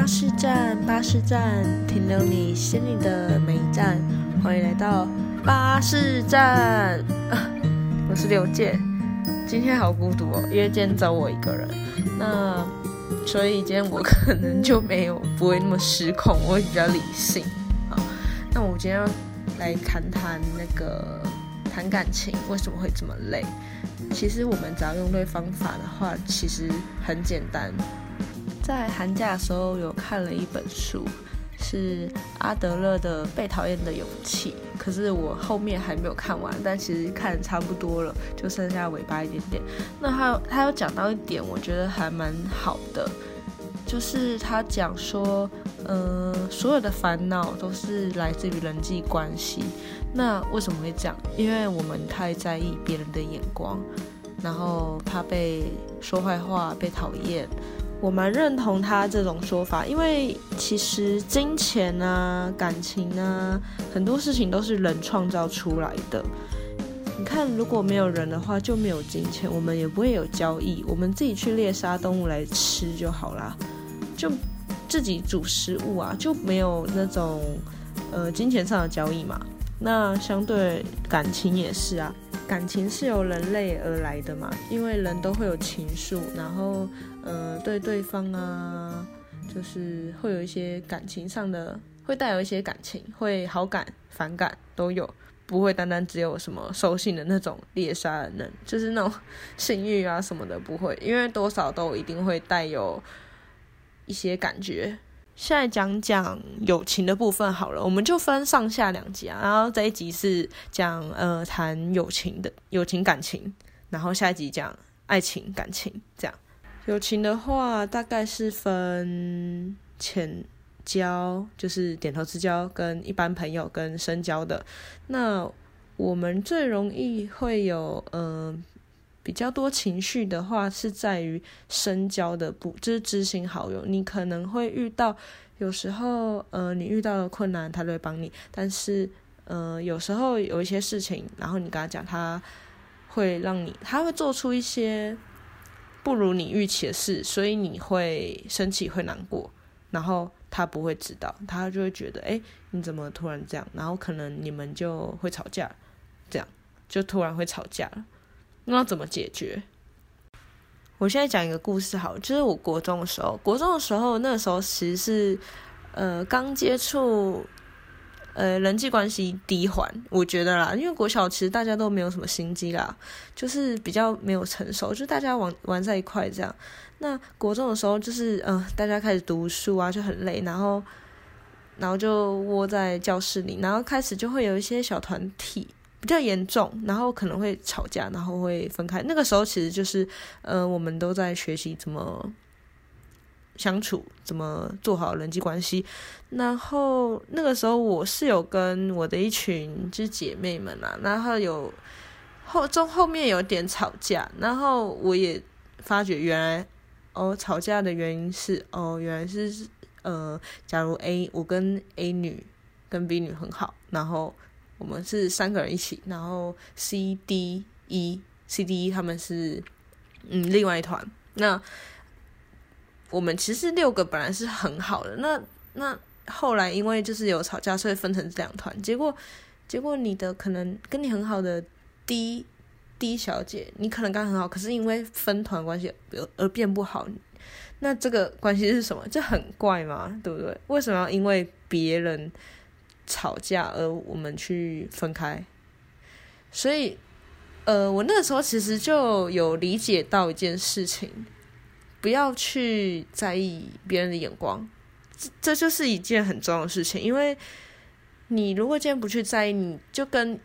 巴士站，巴士站，停留你心里的每一站。欢迎来到巴士站我是刘健。今天好孤独哦，因为今天只有我一个人。那所以今天我可能就不会那么失控，我会比较理性。好，那我今天要来谈谈感情为什么会这么累。其实我们只要用对方法的话，其实很简单。在寒假的时候有看了一本书，是阿德勒的《被讨厌的勇气》，可是我后面还没有看完，但其实看得差不多了，就剩下尾巴一点点。那他有讲到一点，我觉得还蛮好的，就是他讲说，所有的烦恼都是来自于人际关系。那为什么会这样？因为我们太在意别人的眼光，然后怕被说坏话、被讨厌。我蛮认同他这种说法，因为其实金钱啊、感情啊，很多事情都是人创造出来的。你看，如果没有人的话，就没有金钱，我们也不会有交易，我们自己去猎杀动物来吃就好啦，就自己煮食物啊，就没有那种金钱上的交易嘛。那相对感情也是啊，感情是由人类而来的嘛，因为人都会有情愫，然后对对方啊，就是会有一些感情上的，会带有一些感情，会好感、反感都有，不会单单只有什么兽性的那种猎杀人，就是那种性欲啊什么的不会，因为多少都一定会带有一些感觉。现在讲友情的部分好了，我们就分上下两集啊。然后这一集是讲谈友情感情，然后下一集讲爱情感情这样。友情的话，大概是分浅交，就是点头之交，跟一般朋友跟深交的。那我们最容易会有比较多情绪的话，是在于深交的就是知心好友。你可能会遇到，有时候你遇到了困难，他都会帮你，但是有时候有一些事情，然后你跟他讲，他会做出一些不如你预期的事，所以你会生气会难过，然后他不会知道，他就会觉得你怎么突然这样，然后可能你们就会吵架，这样就突然会吵架了。那要怎么解决？我现在讲一个故事好了，就是我国中的时候，那个时候其实是刚接触人际关系第一环，我觉得啦，因为国小其实大家都没有什么心机啦，就是比较没有成熟，就大家玩在一块这样。那国中的时候就是大家开始读书啊，就很累，然后就窝在教室里，然后开始就会有一些小团体。比较严重，然后可能会吵架，然后会分开。那个时候其实就是我们都在学习怎么相处，怎么做好人际关系。然后那个时候我是有跟我的一群就是姐妹们啊，然后后面有点吵架，然后我也发觉原来吵架的原因是原来是假如我跟 A 女跟 B 女很好，然后我们是3个人一起，然後 C D E 他们是另外一团。那我们其实6个本来是很好的，那后来因为就是有吵架，所以分成这2团。结果你的可能跟你很好的 D 小姐，你可能刚很好，可是因为分团关系而变不好。那这个关系是什么？这很怪嘛，对不对？为什么要因为别人吵架而我们去分开？所以我那个时候其实就有理解到一件事情，不要去在意别人的眼光，这就是一件很重要的事情。因为你如果今天不去在意，你就跟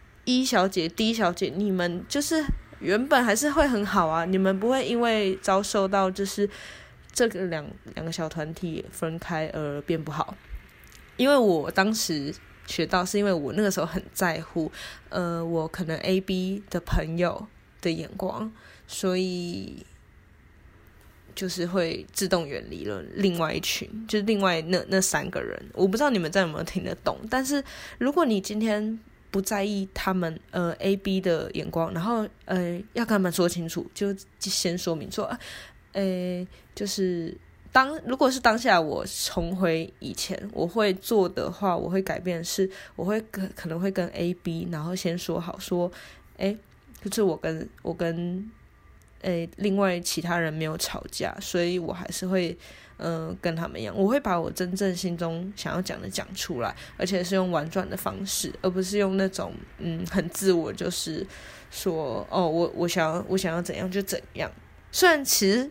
E 小姐 D 小姐，你们就是原本还是会很好啊，你们不会因为遭受到就是这个两个小团体分开而变不好。因为我当时学到，是因为我那个时候很在乎我可能 A、B 的朋友的眼光，所以就是会自动远离了另外一群，就是另外那3个人。我不知道你们有没有听得懂，但是如果你今天不在意他们A、B 的眼光，然后要跟他们说清楚，就先说明说就是如果是当下我重回以前，我会做的话，我会改变的是，我会可能会跟 A、B， 然后先说好说，就是我跟另外其他人没有吵架，所以我还是会跟他们一样，我会把我真正心中想要讲的讲出来，而且是用婉转的方式，而不是用那种很自我，就是说我想要怎样就怎样。虽然其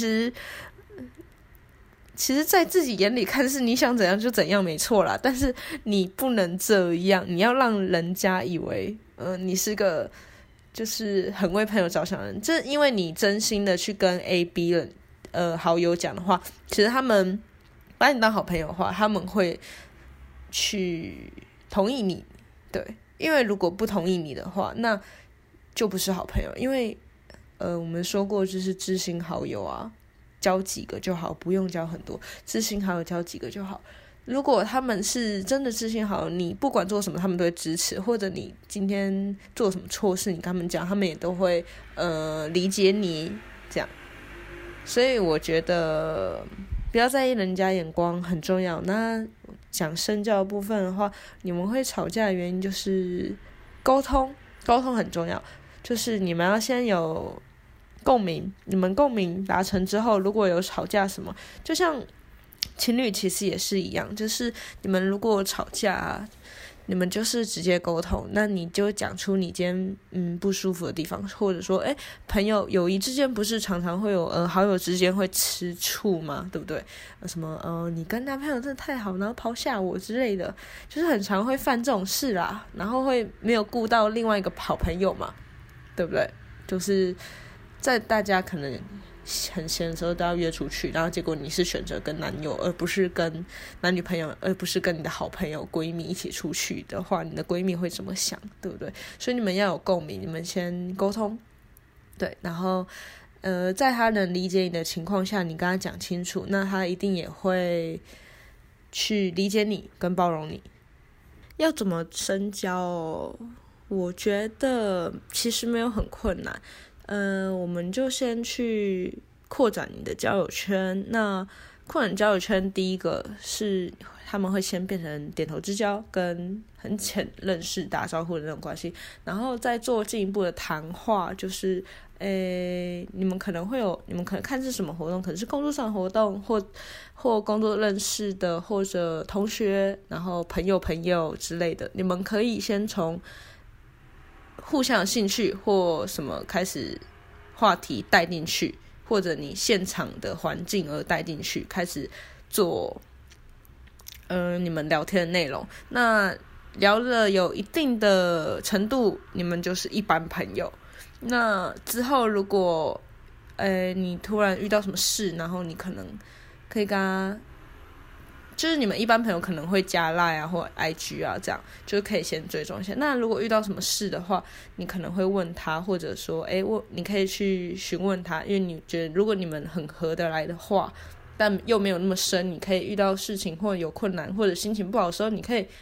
实在自己眼里看是你想怎样就怎样没错啦，但是你不能这样，你要让人家以为你是个就是很为朋友着想的人，这因为你真心的去跟 A、B 人好友讲的话，其实他们把你当好朋友的话，他们会去同意你，对，因为如果不同意你的话，那就不是好朋友，因为我们说过就是知心好友啊，交几个就好，不用交很多，知心好友交几个就好。如果他们是真的知心好友，你不管做什么他们都会支持，或者你今天做什么错事你跟他们讲，他们也都会理解你这样。所以我觉得不要在意人家眼光很重要。那讲身教的部分的话，你们会吵架的原因就是沟通很重要，就是你们要先有共鸣，你们共鸣达成之后，如果有吵架什么，就像情侣其实也是一样，就是你们如果吵架你们就是直接沟通，那你就讲出你今天不舒服的地方，或者说朋友友谊之间不是常常会有好友之间会吃醋吗？对不对？什么你跟男朋友真的太好，然后抛下我之类的，就是很常会犯这种事啦，然后会没有顾到另外一个好朋友嘛，对不对？就是在大家可能很闲的时候都要约出去，然后结果你是选择跟男友而不是跟男女朋友，而不是跟你的好朋友闺蜜一起出去的话，你的闺蜜会怎么想，对不对？所以你们要有共鸣，你们先沟通，对，然后在他能理解你的情况下，你跟他讲清楚，那他一定也会去理解你跟包容你。要怎么深交我觉得其实没有很困难，我们就先去扩展你的交友圈。那扩展交友圈，第一个是他们会先变成点头之交，跟很浅认识打招呼的那种关系，然后再做进一步的谈话，就是你们可能看是什么活动，可能是工作上的活动，或工作认识的，或者同学，然后朋友之类的，你们可以先从互相有兴趣或什么开始话题带进去，或者你现场的环境而带进去，开始做你们聊天的内容。那聊了有一定的程度，你们就是一般朋友。那之后如果你突然遇到什么事，然后你可能可以跟他，就是你们一般朋友可能会加 LINE 啊或 IG 啊，这样就可以先追踪一下。那如果遇到什么事的话，你可能会问他，或者说你可以去询问他，因为你觉得如果你们很合得来的话，但又没有那么深，你可以遇到事情或者有困难或者心情不好的时候，你可以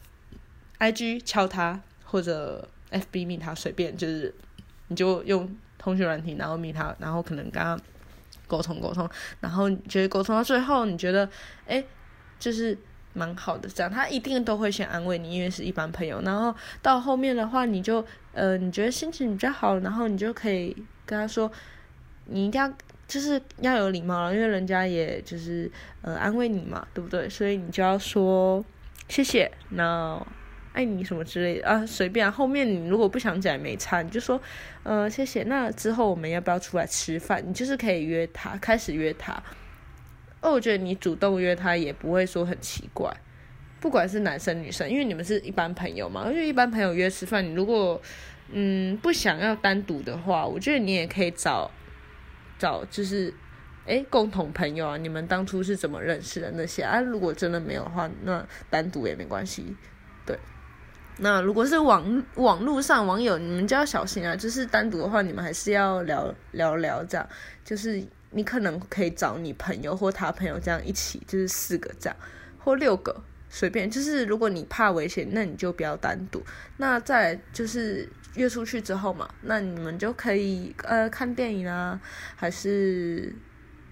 IG 敲他或者 FB 密他，随便，就是你就用通讯软体然后密他，然后可能跟他沟通，然后你觉得沟通到最后你觉得就是蛮好的，这样他一定都会先安慰你，因为是一般朋友。然后到后面的话，你就你觉得心情比较好，然后你就可以跟他说，你一定要就是要有礼貌了，因为人家也就是安慰你嘛，对不对？所以你就要说谢谢，那爱你什么之类的啊，随便啊。后面你如果不想讲也没差，你就说谢谢。那之后我们要不要出来吃饭？你就是可以约他，开始约他。我觉得你主动约他也不会说很奇怪，不管是男生女生，因为你们是一般朋友嘛。因为一般朋友约吃饭，你如果不想要单独的话，我觉得你也可以找就是共同朋友啊，你们当初是怎么认识的那些啊？如果真的没有的话，那单独也没关系。对，那如果是网络上网友，你们就要小心啊，就是单独的话，你们还是要聊这样，就是你可能可以找你朋友或他朋友这样一起，就是4个这样或6个随便，就是如果你怕危险，那你就不要单独。那再来就是约出去之后嘛，那你们就可以看电影啊，还是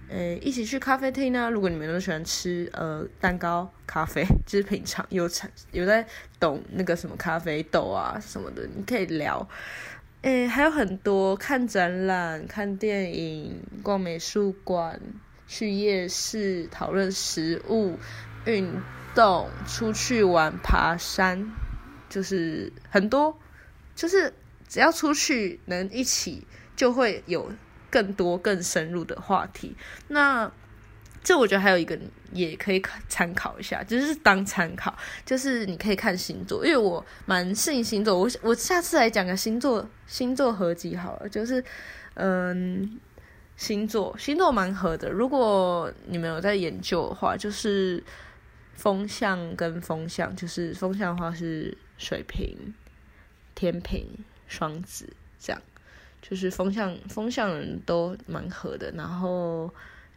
一起去咖啡厅啊。如果你们都喜欢吃蛋糕、咖啡，就是平常有在懂那个什么咖啡豆啊什么的，你可以聊。还有很多看展览、看电影、逛美术馆、去夜市、讨论食物、运动、出去玩、爬山，就是很多，就是只要出去能一起，就会有更多更深入的话题。那这我觉得还有一个也可以参考一下，就是当参考，就是你可以看星座，因为我蛮信星座，我下次来讲个星座合集好了，就是星座蛮合的。如果你们有在研究的话，就是风象跟风象，就是风象的话是水瓶、天秤、双子这样，就是风象人都蛮合的。然后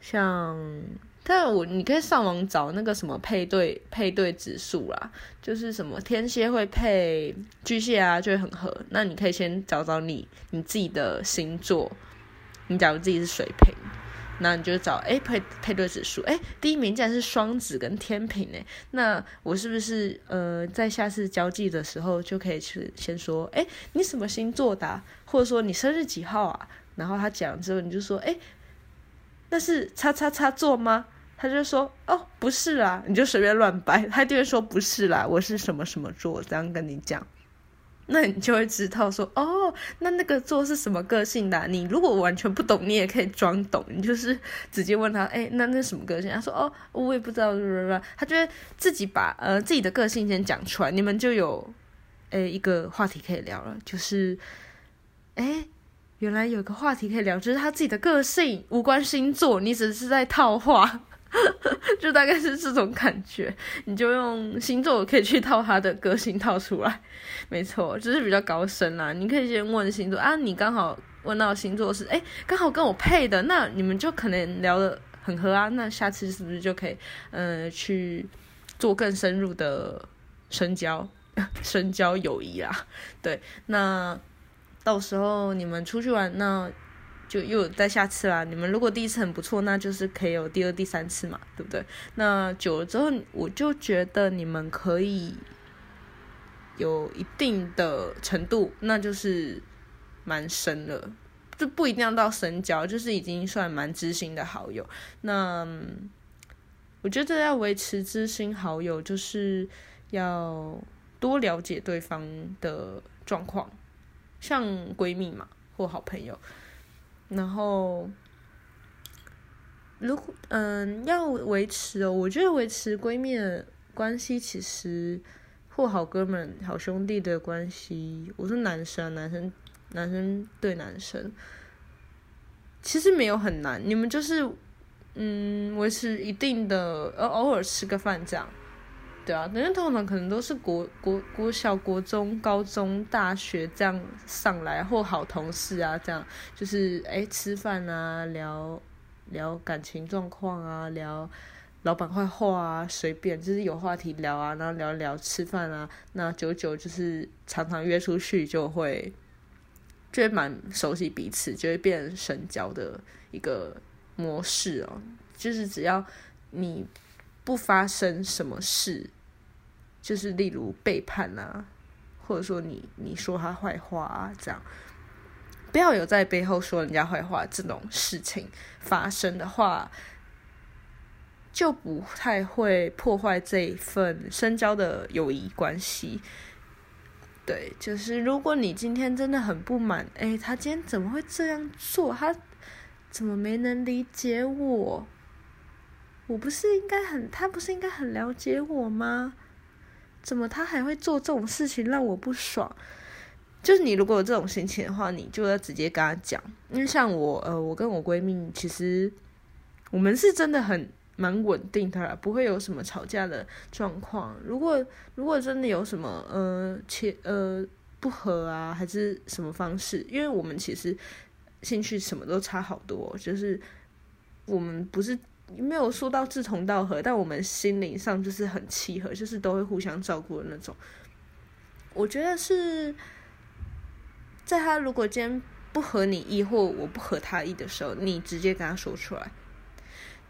你可以上网找那个什么配对指数啦，就是什么天蝎会配巨蟹啊，就会很合。那你可以先找你自己的星座，你假如自己是水瓶，那你就找配对指数，第一名竟然是双子跟天秤那我是不是在下次交际的时候就可以去先说你什么星座的啊，或者说你生日几号啊？然后他讲之后你就说那是叉叉叉座吗？他就说不是啦，你就随便乱掰，他就会说不是啦，我是什么什么座，这样跟你讲。那你就会知道说那个座是什么个性的你如果完全不懂，你也可以装懂，你就是直接问他那什么个性？他说我也不知道，他就会自己把自己的个性先讲出来，你们就有一个话题可以聊了，就是原来有个话题可以聊，就是他自己的个性，无关星座，你只是在套话就大概是这种感觉，你就用星座可以去套他的个性套出来，没错，就是比较高深啦。你可以先问星座你刚好问到星座是刚好跟我配的，那你们就可能聊得很合啊，那下次是不是就可以去做更深入的深交友谊啦？对，那到时候你们出去玩，那就又有在下次啦。你们如果第一次很不错，那就是可以有第二、第三次嘛，对不对？那久了之后，我就觉得你们可以有一定的程度，那就是蛮深了，就不一定要到深交，就是已经算蛮知心的好友。那我觉得要维持知心好友，就是要多了解对方的状况，像闺蜜嘛，或好朋友。然后如果要维持我觉得维持闺蜜的关系，其实或好哥们好兄弟的关系，我说男生对男生其实没有很难，你们就是维持一定的偶尔吃个饭这样，对啊，因为通常可能都是国小、国中、高中、大学这样上来，或好同事啊，这样就是吃饭啊，聊感情状况啊，聊老板坏话啊，随便就是有话题聊啊，然后聊聊吃饭啊，那久就是常常约出去就会蛮熟悉彼此，就会变深交的一个模式就是只要你不发生什么事，就是例如背叛啊，或者说你说他坏话啊，这样不要有在背后说人家坏话这种事情发生的话，就不太会破坏这一份深交的友谊关系。对，就是如果你今天真的很不满，他今天怎么会这样做？他怎么没能理解我？他不是应该很了解我吗？怎么他还会做这种事情让我不爽？就是你如果有这种心情的话，你就要直接跟他讲。因为像我跟我闺蜜，其实我们是真的蛮稳定的啦，不会有什么吵架的状况。如果真的有什么不合啊，还是什么方式，因为我们其实兴趣什么都差好多，就是我们不是没有说到志同道合，但我们心灵上就是很契合，就是都会互相照顾的那种。我觉得是在他如果今天不合你意，或我不合他意的时候，你直接跟他说出来。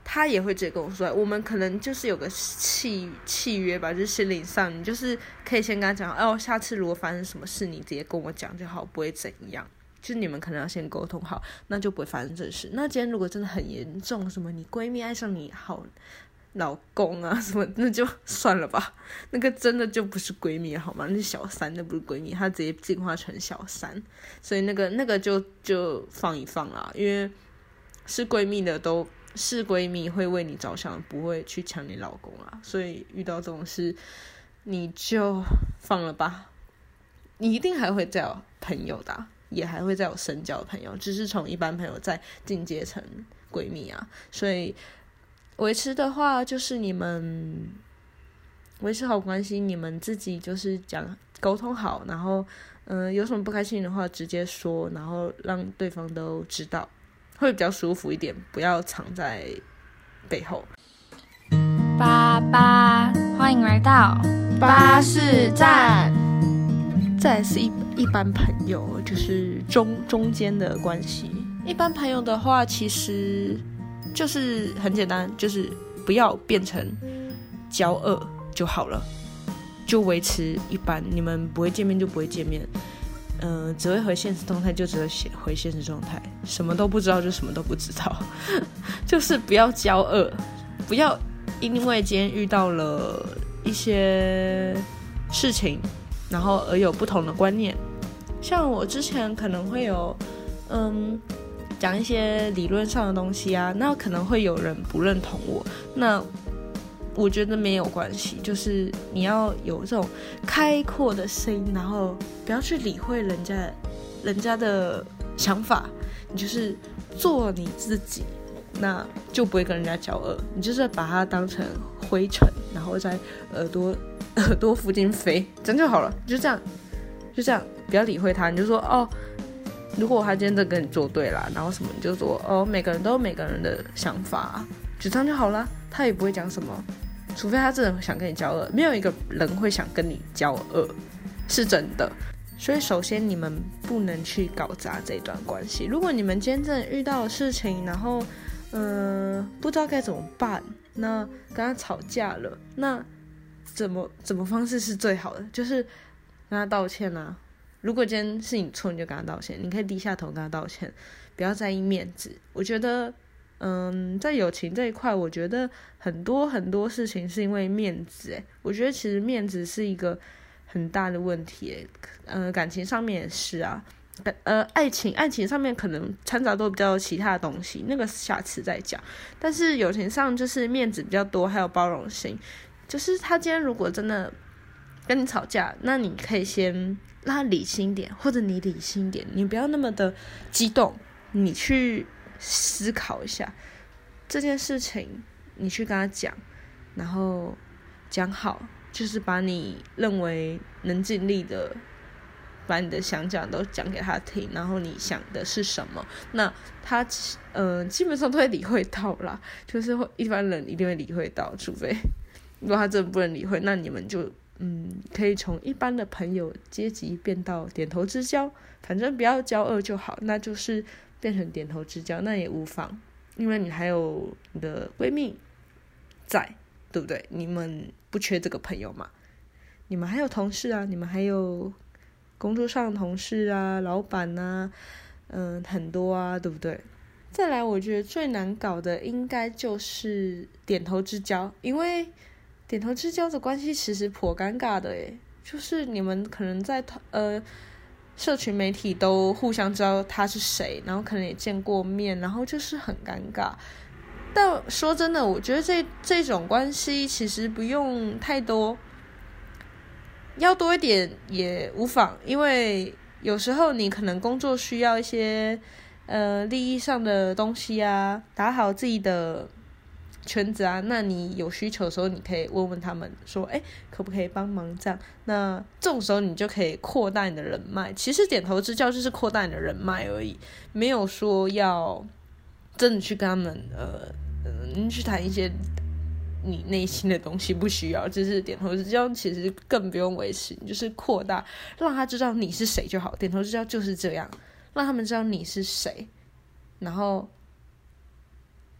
他也会直接跟我说，我们可能就是有个契约吧，就是心灵上，你就是可以先跟他讲，下次如果发生什么事，你直接跟我讲就好，不会怎样。就是你们可能要先沟通好，那就不会发生这事。那今天如果真的很严重，什么你闺蜜爱上你好老公啊什么，那就算了吧，那个真的就不是闺蜜好吗？那是小三，那不是闺蜜，她直接进化成小三，所以那个就放一放啦，因为是闺蜜的都是闺蜜，会为你着想，不会去抢你老公啦。所以遇到这种事，你就放了吧。你一定还会再有朋友的也还会再有深交的朋友，只是从一般朋友再进阶成闺蜜啊。所以维持的话，就是你们维持好关系，你们自己就是沟通好，然后有什么不开心的话直接说，然后让对方都知道，会比较舒服一点，不要藏在背后。 爸爸，欢迎来到巴士站。 再来是一般朋友，就是中间的关系。一般朋友的话，其实就是很简单，就是不要变成交恶就好了，就维持一般，你们不会见面就不会见面，只会回现实动态就只会回现实状态，什么都不知道就什么都不知道，就是不要交恶，不要因为今天遇到了一些事情，然后而有不同的观念。像我之前可能会有讲一些理论上的东西啊，那可能会有人不认同我，那我觉得没有关系，就是你要有这种开阔的心，然后不要去理会人家的想法，你就是做你自己，那就不会跟人家交恶。你就是把它当成灰尘，然后在耳朵附近飞，这样就好了，就这样，不要理会他，你就说如果他今天真的跟你作对啦，然后什么你就说每个人都有每个人的想法，就这样就好了，他也不会讲什么，除非他真的想跟你交恶，没有一个人会想跟你交恶，是真的。所以首先你们不能去搞砸这段关系。如果你们今天真的遇到的事情，然后不知道该怎么办，那跟他吵架了，那怎么方式是最好的？就是跟他道歉啊。如果今天是你错，你就跟他道歉，你可以低下头跟他道歉，不要在意面子。我觉得在友情这一块，我觉得很多事情是因为面子我觉得其实面子是一个很大的问题感情上面也是啊，爱情上面可能掺杂多比较其他的东西，那个下次再讲。但是友情上就是面子比较多，还有包容性。就是他今天如果真的跟你吵架，那你可以先让他理性一点，或者你理性一点，你不要那么的激动，你去思考一下这件事情，你去跟他讲，然后讲好，就是把你认为能尽力的把你的想讲都讲给他听，然后你想的是什么，那他基本上都会理会到啦，就是一般人一定会理会到，除非如果他真的不能理会，那你们就可以从一般的朋友阶级变到点头之交，反正不要交恶就好，那就是变成点头之交，那也无妨，因为你还有你的闺蜜在，对不对？你们不缺这个朋友嘛，你们还有同事啊，你们还有工作上的同事啊，老板啊，很多啊，对不对？再来我觉得最难搞的应该就是点头之交，因为点头之交的关系其实颇尴尬的就是你们可能在社群媒体都互相知道他是谁，然后可能也见过面，然后就是很尴尬。但说真的，我觉得这种关系其实不用太多，要多一点也无妨，因为有时候你可能工作需要一些利益上的东西啊，打好自己的圈子啊，那你有需求的时候，你可以问问他们说，可不可以帮忙这样？那这种时候你就可以扩大你的人脉。其实点头之交就是扩大你的人脉而已，没有说要真的去跟他们你去谈一些你内心的东西，不需要。就是点头之交其实更不用维持，你就是扩大，让他知道你是谁就好。点头之交就是这样，让他们知道你是谁，然后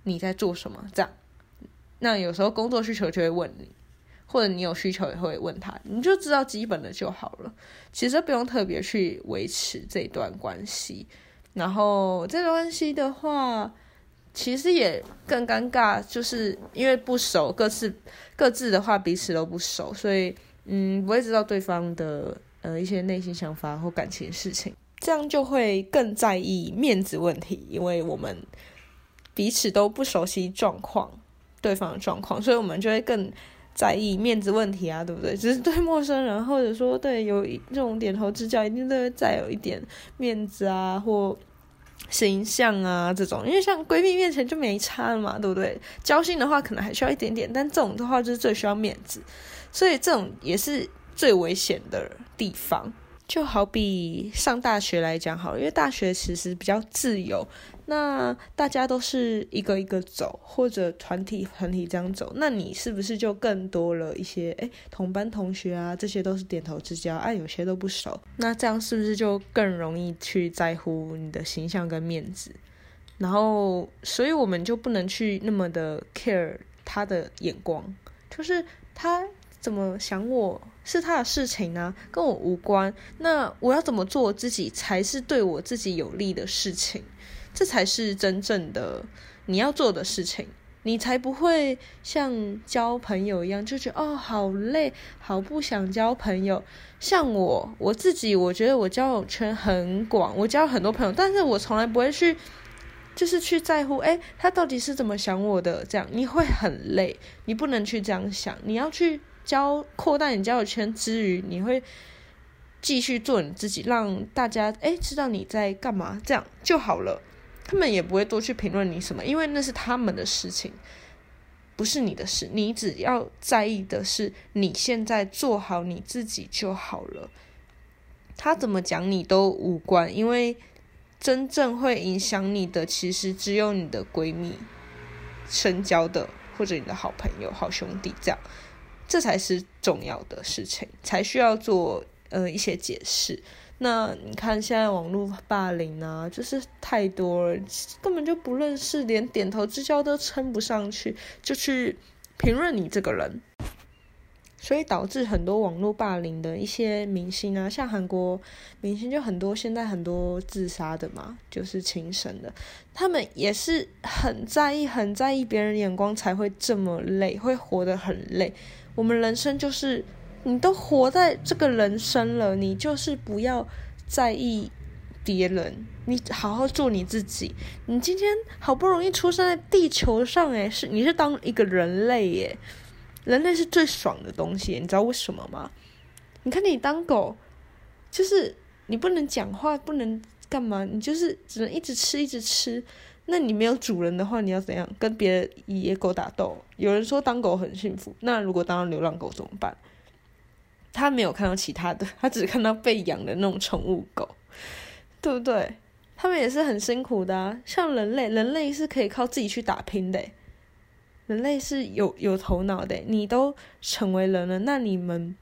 你在做什么这样。那有时候工作需求就会问你，或者你有需求也会问他，你就知道基本的就好了，其实不用特别去维持这段关系。然后这段关系的话其实也更尴尬，就是因为不熟，各自的话彼此都不熟，所以不会知道对方的一些内心想法或感情事情，这样就会更在意面子问题，因为我们彼此都不熟悉对方的状况，所以我们就会更在意面子问题啊，对不对？只是对陌生人，或者说对有这种点头之交，一定都会再有一点面子啊，或形象啊这种，因为像闺蜜面前就没差了嘛，对不对？交心的话可能还需要一点点，但这种的话就是最需要面子，所以这种也是最危险的地方。就好比上大学来讲好了，因为大学其实比较自由，那大家都是一个一个走，或者团体这样走，那你是不是就更多了一些同班同学啊，这些都是点头之交啊，有些都不熟，那这样是不是就更容易去在乎你的形象跟面子？然后所以我们就不能去那么的 care 他的眼光，就是他怎么想我是他的事情啊，跟我无关，那我要怎么做我自己才是对我自己有利的事情，这才是真正的你要做的事情，你才不会像交朋友一样就觉得好累，好不想交朋友。像我自己，我觉得我交友圈很广，我交很多朋友，但是我从来不会去在乎他到底是怎么想我的，这样你会很累，你不能去这样想，你要去扩大你交友圈之余，你会继续做你自己，让大家知道你在干嘛，这样就好了。他们也不会多去评论你什么，因为那是他们的事情，不是你的事。你只要在意的是你现在做好你自己就好了，他怎么讲你都无关，因为真正会影响你的其实只有你的闺蜜深交的，或者你的好朋友好兄弟，这才是重要的事情，才需要做一些解释。那你看现在网络霸凌啊，就是太多了，根本就不认识，连点头之交都称不上去，就去评论你这个人，所以导致很多网络霸凌的一些明星啊，像韩国明星就很多，现在很多自杀的嘛，就是轻生的，他们也是很在意别人眼光，才会这么累，会活得很累。我们人生就是你都活在这个人生了，你就是不要在意别人，你好好做你自己。你今天好不容易出生在地球上你是当一个人类耶，人类是最爽的东西，你知道为什么吗？你看你当狗，就是你不能讲话，不能干嘛，你就是只能一直吃，那你没有主人的话，你要怎样跟别的野狗打斗？有人说当狗很幸福，那如果当流浪狗怎么办？他没有看到其他的，他只看到被养的那种宠物狗，对不对？他们也是很辛苦的啊。像人类是可以靠自己去打拼的，人类是有头脑的，你都成为人了，那你们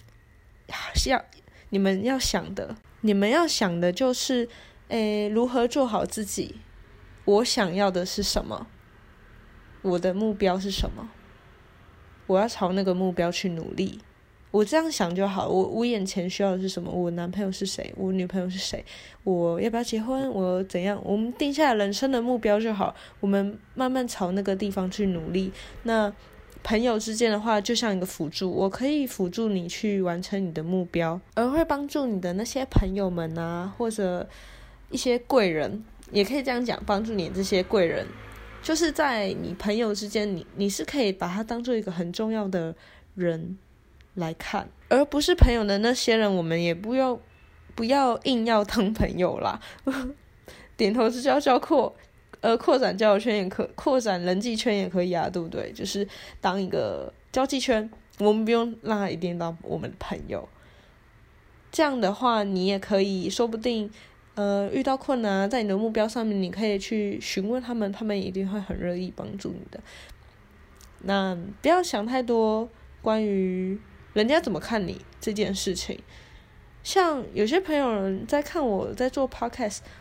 要想的就是如何做好自己，我想要的是什么，我的目标是什么，我要朝那个目标去努力，我这样想就好。我眼前需要的是什么，我男朋友是谁，我女朋友是谁，我要不要结婚，我怎样，我们定下来人生的目标就好，我们慢慢朝那个地方去努力。那朋友之间的话就像一个辅助，我可以辅助你去完成你的目标，而会帮助你的那些朋友们啊，或者一些贵人，也可以这样讲，帮助你这些贵人，就是在你朋友之间，你是可以把他当做一个很重要的人来看，而不是朋友的那些人，我们也不要硬要当朋友啦。点头之交扩展交友圈也可，扩展人际圈也可以啊，对不对？就是当一个交际圈，我们不用让他一定当我们的朋友。这样的话，你也可以，说不定遇到困难在你的目标上面，你可以去询问他们，他们一定会很乐意帮助你的。那不要想太多关于人家怎么看你这件事情。像有些朋友在看我在做 podcast，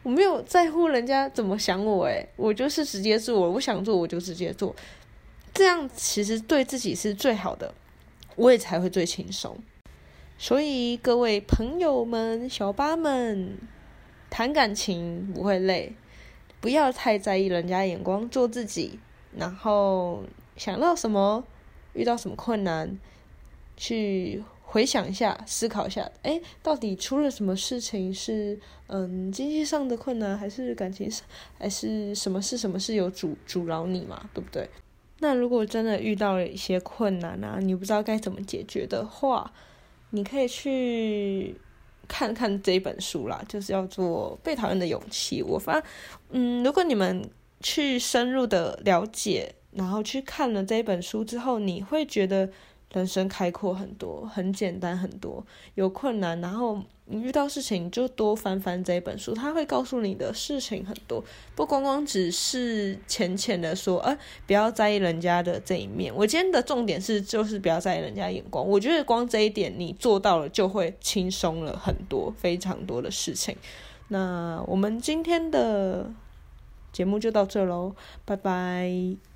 我没有在乎人家怎么想我，我就是直接做，我想做我就直接做，这样其实对自己是最好的，我也才会最轻松。所以各位朋友们、小八们，谈感情不会累，不要太在意人家眼光，做自己，然后想到什么，遇到什么困难，去回想一下，思考一下，到底出了什么事情是经济上的困难，还是感情上，还是什么事有阻挠你嘛，对不对？那如果真的遇到了一些困难啊，你不知道该怎么解决的话，你可以去看看这一本书啦，就是叫做《被讨厌的勇气》。我发现，如果你们去深入的了解，然后去看了这一本书之后，你会觉得人生开阔很多，很简单很多。有困难，然后你遇到事情，你就多翻翻这一本书，它会告诉你的事情很多，不光光只是浅浅的说，不要在意人家的这一面。我今天的重点就是不要在意人家眼光。我觉得光这一点你做到了，就会轻松了很多，非常多的事情。那我们今天的节目就到这咯，拜拜。